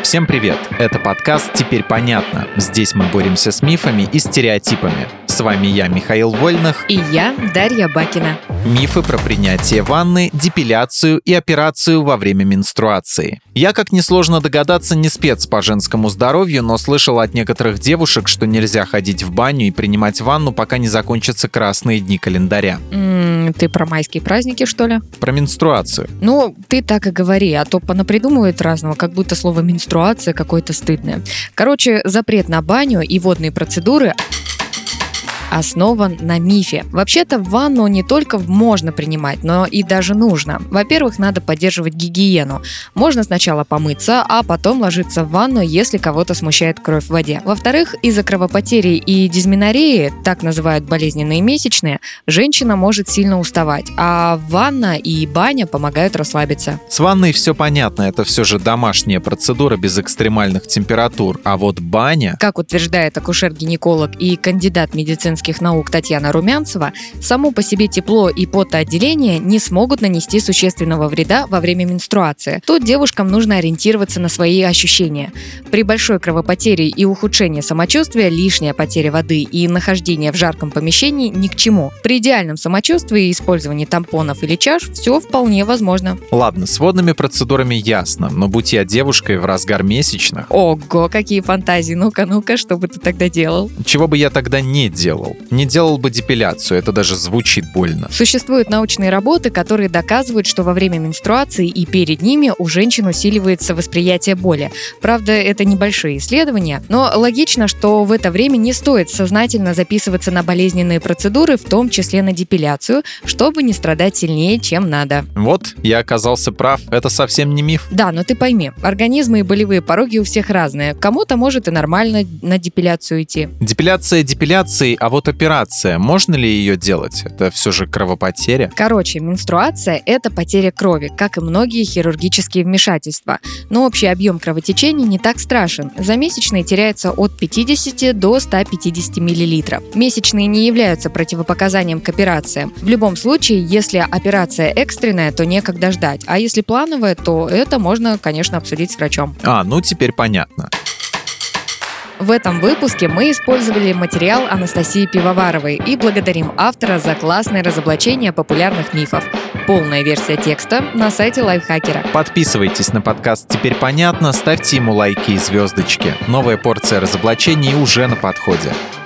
Всем привет! Это подкаст «Теперь понятно». Здесь мы боремся с мифами и стереотипами. С вами я, Михаил Вольных. И я, Дарья Бакина. Мифы про принятие ванны, депиляцию и операцию во время менструации. Я, как несложно догадаться, не спец по женскому здоровью, но слышал от некоторых девушек, что нельзя ходить в баню и принимать ванну, пока не закончатся красные дни календаря. Ты про майские праздники, что ли? Про менструацию. Ну, ты так и говори, а то понапридумывают разного, как будто слово «менструация» какое-то стыдное. Короче, запрет на баню и водные процедуры основан на мифе. Вообще-то ванну не только можно принимать, но и даже нужно. Во-первых, надо поддерживать гигиену. Можно сначала помыться, а потом ложиться в ванну, если кого-то смущает кровь в воде. Во-вторых, из-за кровопотери и дисменорреи, так называют болезненные месячные, женщина может сильно уставать, а ванна и баня помогают расслабиться. С ванной все понятно, это все же домашняя процедура без экстремальных температур, а вот баня... Как утверждает акушер-гинеколог и кандидат медицинских наук Татьяна Румянцева, само по себе тепло и потоотделение не смогут нанести существенного вреда во время менструации. Тут девушкам нужно ориентироваться на свои ощущения. При большой кровопотере и ухудшении самочувствия лишняя потеря воды и нахождение в жарком помещении ни к чему. При идеальном самочувствии и использовании тампонов или чаш все вполне возможно. Ладно, с водными процедурами ясно, но будь я девушкой в разгар месячных... Ого, какие фантазии! Ну-ка, что бы ты тогда делал? Чего бы я тогда не делал? Не делал бы депиляцию, это даже звучит больно. Существуют научные работы, которые доказывают, что во время менструации и перед ними у женщин усиливается восприятие боли. Правда, это небольшие исследования, но логично, что в это время не стоит сознательно записываться на болезненные процедуры, в том числе на депиляцию, чтобы не страдать сильнее, чем надо. Вот, я оказался прав, это совсем не миф. Да, но ты пойми, организмы и болевые пороги у всех разные. Кому-то может и нормально на депиляцию идти. Депиляция депиляцией, а вот операция, можно ли ее делать? Это все же кровопотеря. Короче, менструация – это потеря крови, как и многие хирургические вмешательства. Но общий объем кровотечения не так страшен. За месячные теряется от 50 до 150 мл. Месячные не являются противопоказанием к операции. В любом случае, если операция экстренная, то некогда ждать. А если плановая, то это можно, конечно, обсудить с врачом. Ну теперь понятно. В этом выпуске мы использовали материал Анастасии Пивоваровой и благодарим автора за классное разоблачение популярных мифов. Полная версия текста на сайте Лайфхакера. Подписывайтесь на подкаст «Теперь понятно», ставьте ему лайки и звездочки. Новая порция разоблачений уже на подходе.